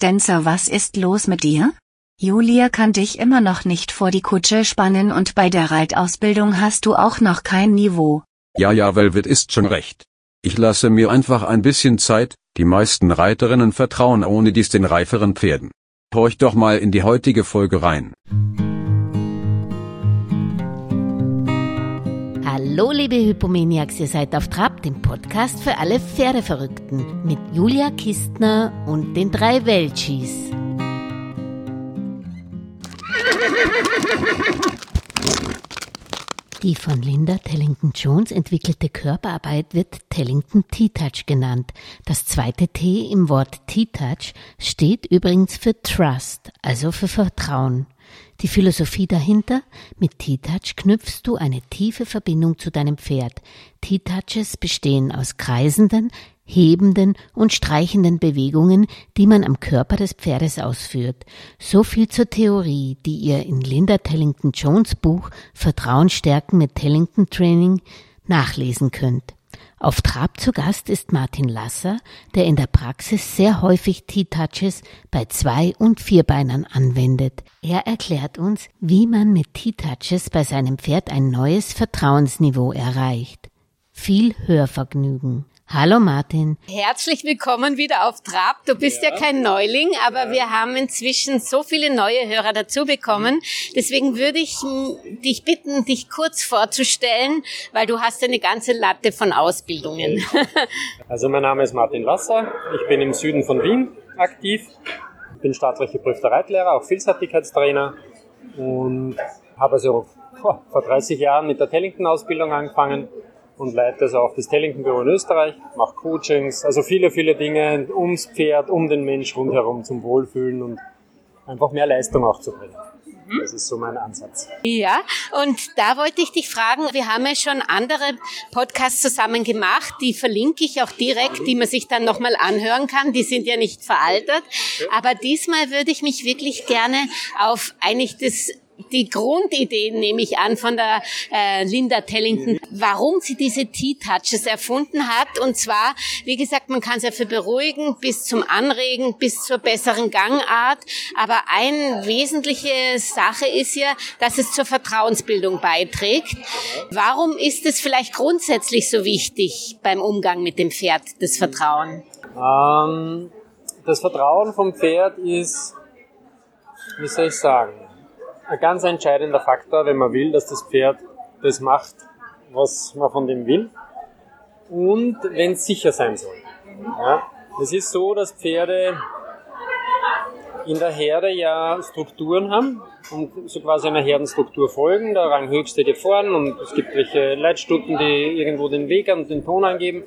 Dancer, was ist los mit dir? Julia kann dich immer noch nicht vor die Kutsche spannen und bei der Reitausbildung hast du auch noch kein Niveau. Ja, Velvet ist schon recht. Ich lasse mir einfach ein bisschen Zeit, die meisten Reiterinnen vertrauen ohne dies den reiferen Pferden. Horcht doch mal in die heutige Folge rein. Hallo liebe Hypomaniacs, ihr seid auf Trab, dem Podcast für alle Pferdeverrückten mit Julia Kistner und den 3 Welchis. Die von Linda Tellington-Jones entwickelte Körperarbeit wird Tellington T-Touch genannt. Das zweite T im Wort T-Touch steht übrigens für Trust, also für Vertrauen. Die Philosophie dahinter: mit T-Touch knüpfst du eine tiefe Verbindung zu deinem Pferd. T-Touches bestehen aus kreisenden, hebenden und streichenden Bewegungen, die man am Körper des Pferdes ausführt. So viel zur Theorie, die ihr in Linda Tellington-Jones Buch Vertrauen stärken mit Tellington Training nachlesen könnt. Auf Trab zu Gast ist Martin Lasser, der in der Praxis sehr häufig T-Touches bei 2- und 4-Beinern anwendet. Er erklärt uns, wie man mit T-Touches bei seinem Pferd ein neues Vertrauensniveau erreicht. Viel Hörvergnügen. Hallo Martin. Herzlich willkommen wieder auf Trab. Du bist ja kein Neuling, aber wir haben inzwischen so viele neue Hörer dazu bekommen. Deswegen würde ich dich bitten, dich kurz vorzustellen, weil du hast eine ganze Latte von Ausbildungen. Also mein Name ist Martin Lasser. Ich bin im Süden von Wien aktiv. Ich bin staatlich geprüfter Reitlehrer, auch Vielseitigkeitstrainer und habe also vor 30 Jahren mit der Tellington-Ausbildung angefangen und leite also auch das Tellington-Büro in Österreich, mache Coachings, also viele Dinge ums Pferd, um den Mensch rundherum zum Wohlfühlen und einfach mehr Leistung auch zu bringen. Das ist so mein Ansatz. Ja, und da wollte ich dich fragen, wir haben ja schon andere Podcasts zusammen gemacht, die verlinke ich auch direkt, die man sich dann nochmal anhören kann, die sind ja nicht veraltet, aber diesmal würde ich mich wirklich gerne auf eigentlich die Grundideen, nehme ich an, von der Linda Tellington, warum sie diese T-Touches erfunden hat. Und zwar, wie gesagt, man kann es ja für beruhigen, bis zum Anregen, bis zur besseren Gangart. Aber eine wesentliche Sache ist ja, dass es zur Vertrauensbildung beiträgt. Warum ist es vielleicht grundsätzlich so wichtig beim Umgang mit dem Pferd, das Vertrauen? Das Vertrauen vom Pferd ist, wie soll ich sagen, ein ganz entscheidender Faktor, wenn man will, dass das Pferd das macht, was man von dem will und wenn es sicher sein soll. Ja, es ist so, dass Pferde in der Herde ja Strukturen haben und so quasi einer Herdenstruktur folgen. Der Ranghöchste geht vorn und es gibt welche Leitstuten, die irgendwo den Weg und den Ton angeben.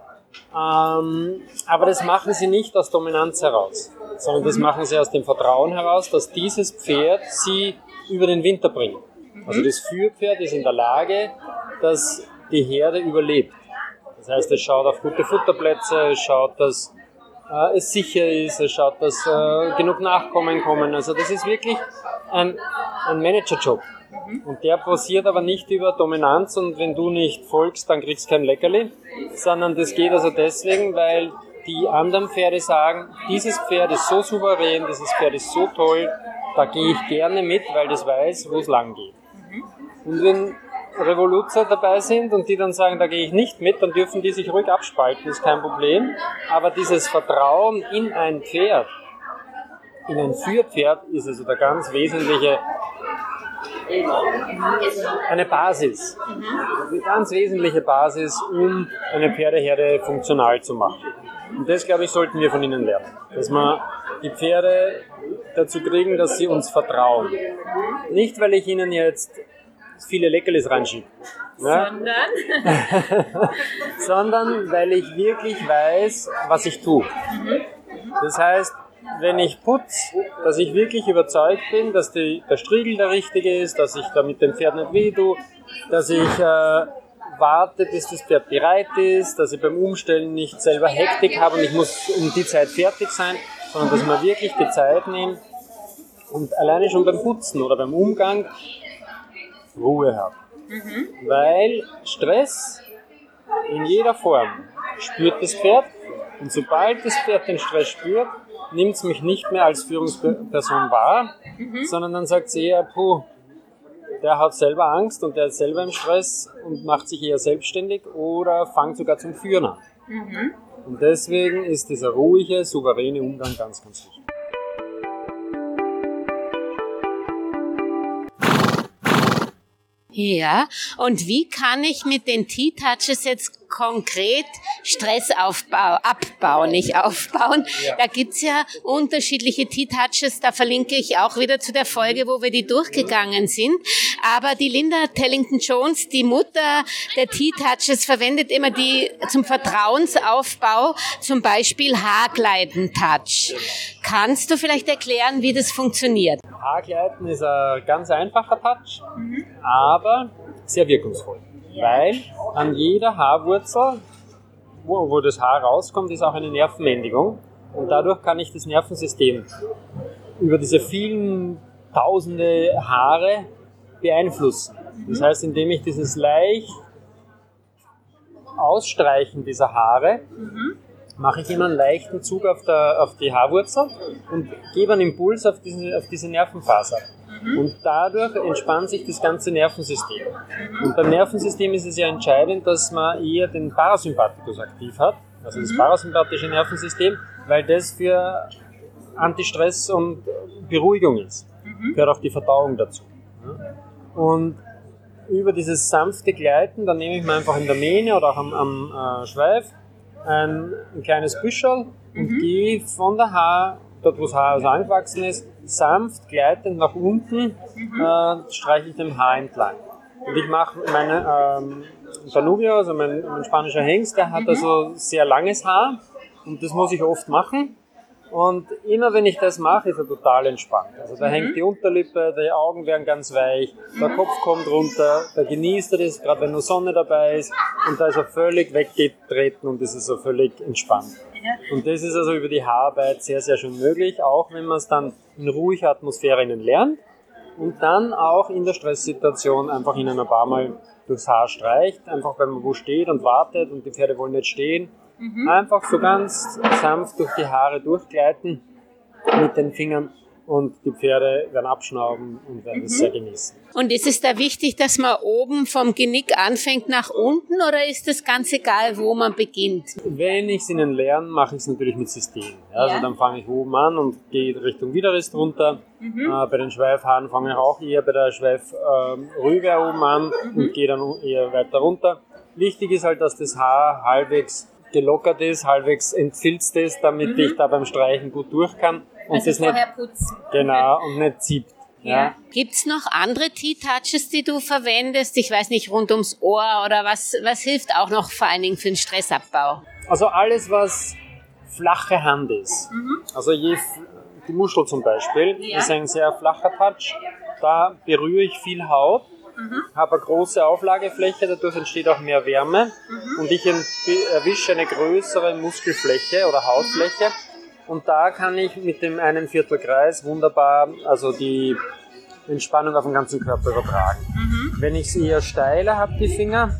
Aber das machen sie nicht aus Dominanz heraus, sondern das machen sie aus dem Vertrauen heraus, dass dieses Pferd sie über den Winter bringt. Also das Führpferd ist in der Lage, dass die Herde überlebt. Das heißt, es schaut auf gute Futterplätze, es schaut, dass es sicher ist, es schaut, dass genug Nachkommen kommen. Also das ist wirklich ein Managerjob. Und der passiert aber nicht über Dominanz und wenn du nicht folgst, dann kriegst du kein Leckerli, sondern das geht also deswegen, weil die anderen Pferde sagen, dieses Pferd ist so souverän, dieses Pferd ist so toll, da gehe ich gerne mit, weil das weiß, wo es lang geht. Und wenn Revoluzer dabei sind und die dann sagen, da gehe ich nicht mit, dann dürfen die sich ruhig abspalten, ist kein Problem. Aber dieses Vertrauen in ein Pferd, in ein Führpferd, ist also der ganz wesentliche, eine Basis, eine ganz wesentliche Basis, um eine Pferdeherde funktional zu machen. Und das, glaube ich, sollten wir von ihnen lernen. Dass wir die Pferde dazu kriegen, dass sie uns vertrauen. Nicht, weil ich ihnen jetzt viele Leckerlis reinschiebe. Ja? Sondern weil ich wirklich weiß, was ich tue. Das heißt, wenn ich putze, dass ich wirklich überzeugt bin, dass der Striegel der richtige ist, dass ich da mit dem Pferd nicht weh tue, dass ich warte, bis das Pferd bereit ist, dass ich beim Umstellen nicht selber Hektik habe und ich muss um die Zeit fertig sein, sondern dass man wirklich die Zeit nimmt und alleine schon beim Putzen oder beim Umgang Ruhe hat. Weil Stress in jeder Form spürt das Pferd und sobald das Pferd den Stress spürt, nimmt es mich nicht mehr als Führungsperson wahr, sondern dann sagt sie eher, der hat selber Angst und der ist selber im Stress und macht sich eher selbstständig oder fängt sogar zum Führen an. Und deswegen ist dieser ruhige, souveräne Umgang ganz, ganz wichtig. Ja, und wie kann ich mit den T-Touches jetzt konkret Stress abbauen, nicht aufbauen? Ja. Da gibt's ja unterschiedliche T-Touches, da verlinke ich auch wieder zu der Folge, wo wir die durchgegangen sind. Aber die Linda Tellington-Jones, die Mutter der T-Touches, verwendet immer die zum Vertrauensaufbau, zum Beispiel Haargleiten-Touch. Kannst du vielleicht erklären, wie das funktioniert? Haargleiten ist ein ganz einfacher Touch, aber sehr wirkungsvoll. Weil an jeder Haarwurzel, wo das Haar rauskommt, ist auch eine Nervenendigung. Und dadurch kann ich das Nervensystem über diese vielen tausende Haare beeinflussen. Das heißt, indem ich dieses leicht Ausstreichen dieser Haare mache ich immer einen leichten Zug auf die Haarwurzel und gebe einen Impuls auf diese Nervenfaser. Und dadurch entspannt sich das ganze Nervensystem. Und beim Nervensystem ist es ja entscheidend, dass man eher den Parasympathikus aktiv hat, also das parasympathische Nervensystem, weil das für Antistress und Beruhigung ist. Gehört auch die Verdauung dazu. Und über dieses sanfte Gleiten, dann nehme ich mir einfach in der Mähne oder auch am Schweif ein kleines Büschel und gehe von der Haar, dort wo das Haar also angewachsen ist, sanft gleitend nach unten, streiche ich dem Haar entlang. Und ich mache meine Danubio, also mein spanischer Hengst, der hat also sehr langes Haar und das muss ich oft machen. Und immer wenn ich das mache, ist er total entspannt. Also da hängt die Unterlippe, die Augen werden ganz weich, der Kopf kommt runter, da genießt er das, gerade wenn nur Sonne dabei ist. Und da ist er völlig weggetreten und das ist so völlig entspannt. Und das ist also über die Haararbeit sehr, sehr schön möglich, auch wenn man es dann in ruhiger Atmosphäre innen lernt und dann auch in der Stresssituation einfach ihnen ein paar Mal durchs Haar streicht, einfach wenn man wo steht und wartet und die Pferde wollen nicht stehen. Einfach so ganz sanft durch die Haare durchgleiten mit den Fingern und die Pferde werden abschnauben und werden es sehr genießen. Und ist es da wichtig, dass man oben vom Genick anfängt nach unten oder ist das ganz egal, wo man beginnt? Wenn ich es ihnen lerne, mache ich es natürlich mit System. Also dann fange ich oben an und gehe Richtung Widerrist runter. Bei den Schweifhaaren fange ich auch eher bei der Schweifrübe oben an und gehe dann eher weiter runter. Wichtig ist halt, dass das Haar halbwegs gelockert ist, halbwegs entfilzt ist, damit ich da beim Streichen gut durch kann. Und also das vorher nicht putzen. Genau, und nicht zieht. Ja. Gibt's noch andere T-Touches, die du verwendest? Ich weiß nicht, rund ums Ohr oder was hilft auch noch vor allen Dingen für den Stressabbau? Also alles, was flache Hand ist. Also die Muschel zum Beispiel ist ein sehr flacher Touch. Da berühre ich viel Haut. Habe eine große Auflagefläche, dadurch entsteht auch mehr Wärme und ich erwische eine größere Muskelfläche oder Hautfläche und da kann ich mit dem 1/4 Kreis wunderbar also die Entspannung auf den ganzen Körper übertragen. Wenn ich es eher steiler habe, die Finger,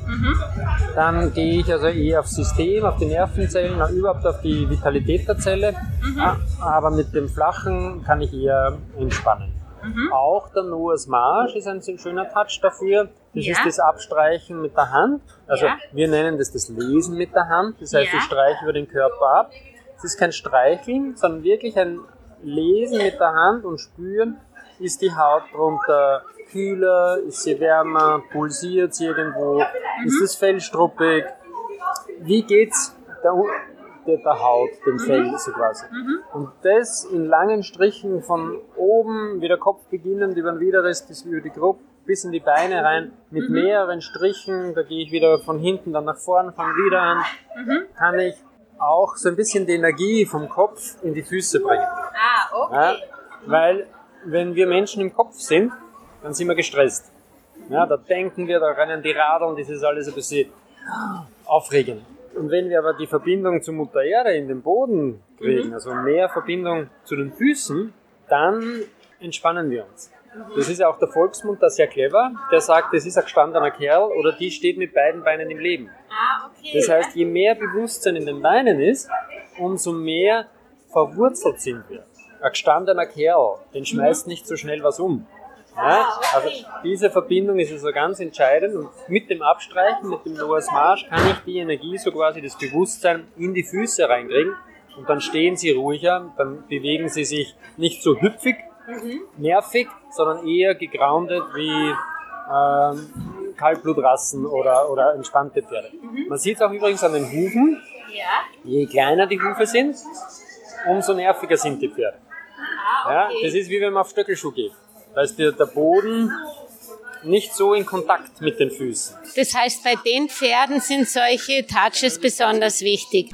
dann gehe ich also eher aufs System, auf die Nervenzellen, überhaupt auf die Vitalität der Zelle, aber mit dem flachen kann ich eher entspannen. Auch der Noah's Marsch ist ein schöner Touch dafür. Das ist das Abstreichen mit der Hand. Also wir nennen das Lesen mit der Hand. Das heißt, ich streiche über den Körper ab. Es ist kein Streicheln, sondern wirklich ein Lesen mit der Hand und spüren, ist die Haut drunter kühler, ist sie wärmer, pulsiert sie irgendwo, ist das Fell struppig. Wie geht's der Haut, dem Fell so quasi. Und das in langen Strichen von oben, wie der Kopf beginnend, über den Widerrist bis über die Gruppe, bis in die Beine rein, mit mehreren Strichen, da gehe ich wieder von hinten dann nach vorne, fange wieder an, kann ich auch so ein bisschen die Energie vom Kopf in die Füße bringen. Okay. Ja, weil, wenn wir Menschen im Kopf sind, dann sind wir gestresst. Ja, da denken wir, da rennen die Radeln, das ist alles ein bisschen aufregend. Und wenn wir aber die Verbindung zur Mutter Erde in den Boden kriegen, also mehr Verbindung zu den Füßen, dann entspannen wir uns. Das ist ja auch der Volksmund, das ist sehr clever, der sagt, das ist ein gestandener Kerl oder die steht mit beiden Beinen im Leben. Okay. Das heißt, je mehr Bewusstsein in den Beinen ist, umso mehr verwurzelt sind wir. Ein gestandener Kerl, den schmeißt nicht so schnell was um. Ja? Also diese Verbindung ist also ganz entscheidend und mit dem Abstreichen, mit dem Noah's Marsch kann ich die Energie, so quasi das Bewusstsein in die Füße reinkriegen und dann stehen sie ruhiger, dann bewegen sie sich nicht so hüpfig, nervig, sondern eher gegroundet wie Kaltblutrassen oder entspannte Pferde. Man sieht es auch übrigens an den Hufen. Je kleiner die Hufe sind, umso nerviger sind die Pferde. Ja, das ist wie wenn man auf Stöckelschuh geht. Da ist der Boden nicht so in Kontakt mit den Füßen. Das heißt, bei den Pferden sind solche Touches besonders wichtig.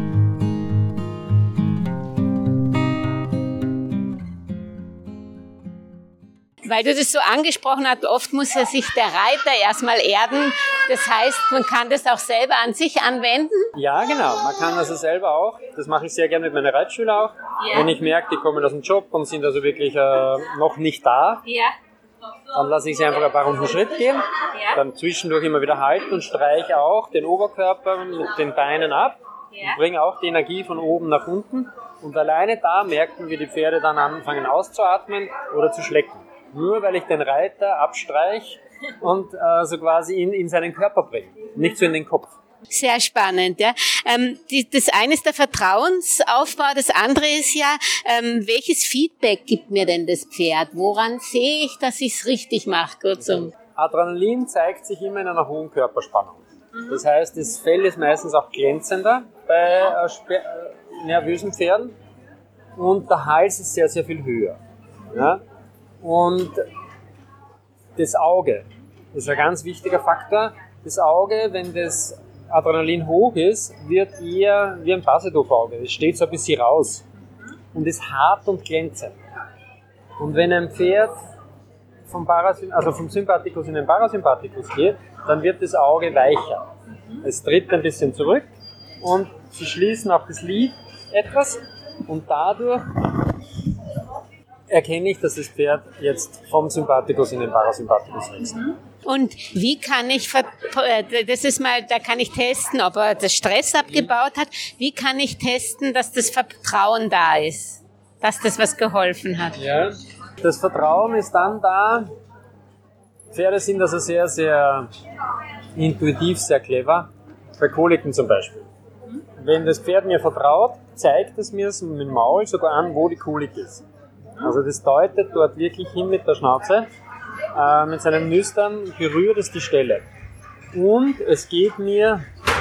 Weil du das so angesprochen hast, oft muss ja sich der Reiter erstmal erden. Das heißt, man kann das auch selber an sich anwenden? Ja, genau. Man kann also selber auch. Das mache ich sehr gerne mit meinen Reitschülern auch. Ja. Wenn ich merke, die kommen aus dem Job und sind also wirklich noch nicht da, dann lasse ich sie einfach ein paar Runden Schritt gehen. Dann zwischendurch immer wieder halten und streiche auch den Oberkörper mit den Beinen ab. Und bringe auch die Energie von oben nach unten. Und alleine da merken wir die Pferde dann anfangen auszuatmen oder zu schlecken. Nur weil ich den Reiter abstreiche und so quasi in seinen Körper bringe, nicht so in den Kopf. Sehr spannend, ja. Das eine ist der Vertrauensaufbau, das andere ist ja, welches Feedback gibt mir denn das Pferd? Woran sehe ich, dass ich es richtig mache, kurzum? Adrenalin zeigt sich immer in einer hohen Körperspannung. Das heißt, das Fell ist meistens auch glänzender bei nervösen Pferden und der Hals ist sehr, sehr viel höher. Ja? Und das Auge ist ein ganz wichtiger Faktor. Das Auge, wenn das Adrenalin hoch ist, wird eher wie ein Basedorf-Auge. Es steht so ein bisschen raus und ist hart und glänzend. Und wenn ein Pferd vom Sympathikus in den Parasympathikus geht, dann wird das Auge weicher. Es tritt ein bisschen zurück und sie schließen auch das Lid etwas und dadurch erkenne ich, dass das Pferd jetzt vom Sympathikus in den Parasympathikus wechselt. Und wie kann ich, da kann ich testen, ob er das Stress abgebaut hat. Wie kann ich testen, dass das Vertrauen da ist? Dass das was geholfen hat? Ja, das Vertrauen ist dann da. Pferde sind also sehr, sehr intuitiv, sehr clever. Bei Koliken zum Beispiel. Wenn das Pferd mir vertraut, zeigt es mir mit dem Maul sogar an, wo die Kolik ist. Also das deutet dort wirklich hin mit der Schnauze. Mit seinen Nüstern berührt es die Stelle. Und es geht mir,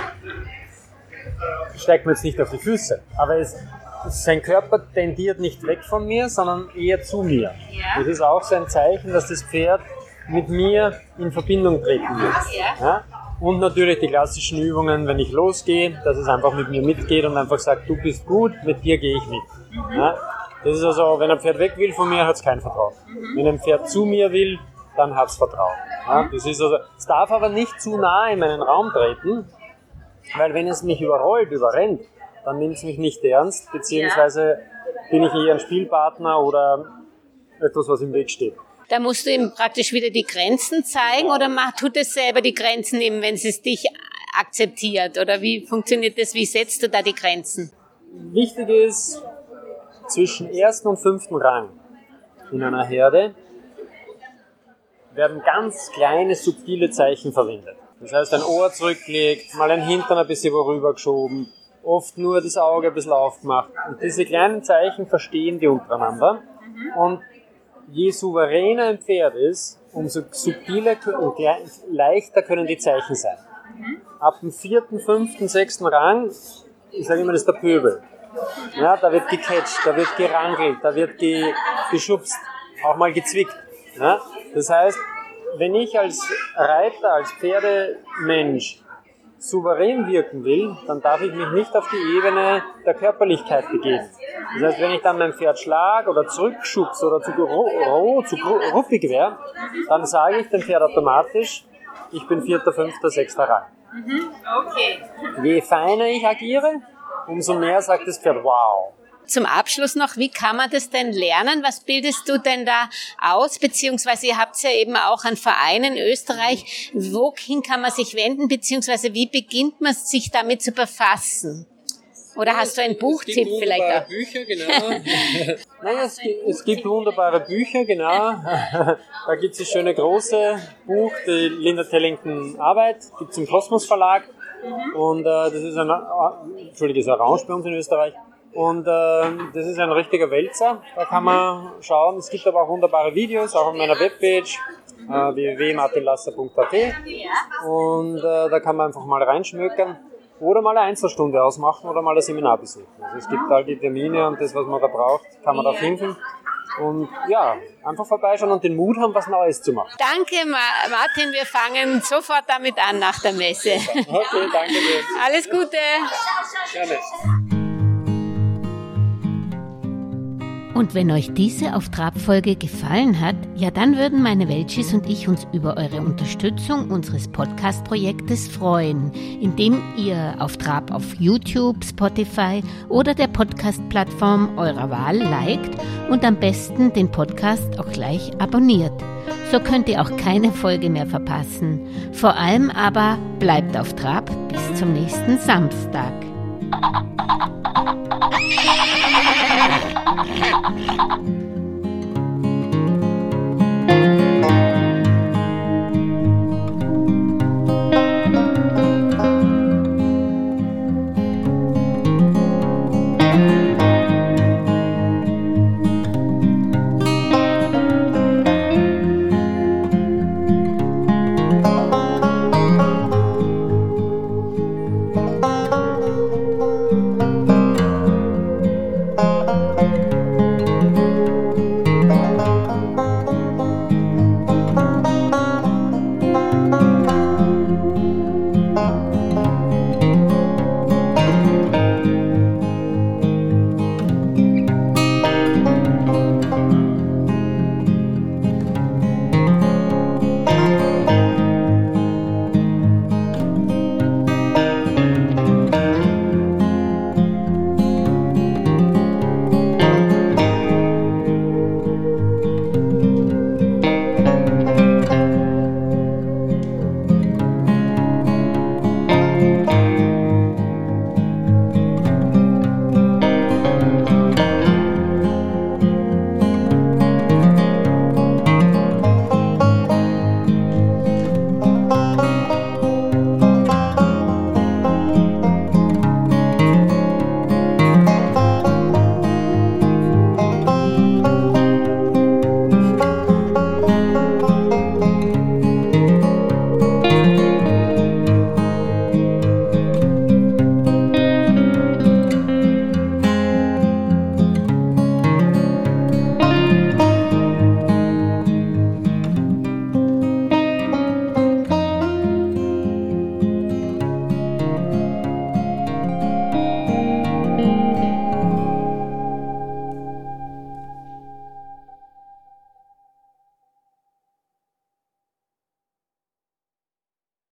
steigt mir jetzt nicht auf die Füße, aber sein Körper tendiert nicht weg von mir, sondern eher zu mir. Ja. Das ist auch so ein Zeichen, dass das Pferd mit mir in Verbindung treten wird. Ja? Und natürlich die klassischen Übungen, wenn ich losgehe, dass es einfach mit mir mitgeht und einfach sagt, du bist gut, mit dir gehe ich mit. Ja? Das ist also, wenn ein Pferd weg will von mir, hat es kein Vertrauen. Wenn ein Pferd zu mir will, dann hat es Vertrauen. Ja, das ist also, es darf aber nicht zu nah in meinen Raum treten, weil wenn es mich überrennt, dann nimmt es mich nicht ernst, beziehungsweise bin ich eher ein Spielpartner oder etwas, was im Weg steht. Da musst du ihm praktisch wieder die Grenzen zeigen oder tut es selber die Grenzen eben, wenn es dich akzeptiert? Oder wie funktioniert das? Wie setzt du da die Grenzen? Wichtig ist, zwischen 1. und 5. Rang in einer Herde werden ganz kleine, subtile Zeichen verwendet. Das heißt, ein Ohr zurückgelegt, mal ein Hintern ein bisschen worüber geschoben, oft nur das Auge ein bisschen aufgemacht. Und diese kleinen Zeichen verstehen die untereinander. Und je souveräner ein Pferd ist, umso subtiler und leichter können die Zeichen sein. Ab dem 4., 5., 6. Rang, ich sage immer, das ist der Pöbel. Ja, da wird gecatcht, da wird gerangelt, da wird geschubst, auch mal gezwickt. Ja? Das heißt, wenn ich als Reiter, als Pferdemensch souverän wirken will, dann darf ich mich nicht auf die Ebene der Körperlichkeit begeben. Das heißt, wenn ich dann mein Pferd schlage oder zurückschubse oder zu ruppig wäre, dann sage ich dem Pferd automatisch, ich bin 4., 5., 6. Rang. Okay. Je feiner ich agiere, umso mehr sagt das Pferd, wow. Zum Abschluss noch, wie kann man das denn lernen? Was bildest du denn da aus? Beziehungsweise ihr habt ja eben auch einen Verein in Österreich. Wohin kann man sich wenden? Beziehungsweise wie beginnt man sich damit zu befassen? Oder hast du einen Buchtipp vielleicht auch? Bücher, genau. Nein, es gibt wunderbare Bücher, genau. Da gibt es das schöne große Buch, die Linda Tellington Arbeit, gibt es im Kosmos Verlag. Und das ist ein Orange bei uns in Österreich. Und das ist ein richtiger Wälzer, da kann man schauen. Es gibt aber auch wunderbare Videos, auch auf meiner Webpage www.martinlasser.at. Und da kann man einfach mal reinschmökern. Oder mal eine Einzelstunde ausmachen oder mal ein Seminar besuchen. Also es gibt all die Termine und das, was man da braucht, kann man da finden. Und ja, einfach vorbeischauen und den Mut haben, was Neues zu machen. Danke, Martin. Wir fangen sofort damit an nach der Messe. Okay, danke dir. Alles Gute. Gerne. Und wenn euch diese Auf Trab-Folge gefallen hat, ja, dann würden meine Welchis und ich uns über eure Unterstützung unseres Podcast-Projektes freuen, indem ihr Auf Trab auf YouTube, Spotify oder der Podcast-Plattform eurer Wahl liked und am besten den Podcast auch gleich abonniert. So könnt ihr auch keine Folge mehr verpassen. Vor allem aber bleibt auf Trab bis zum nächsten Samstag.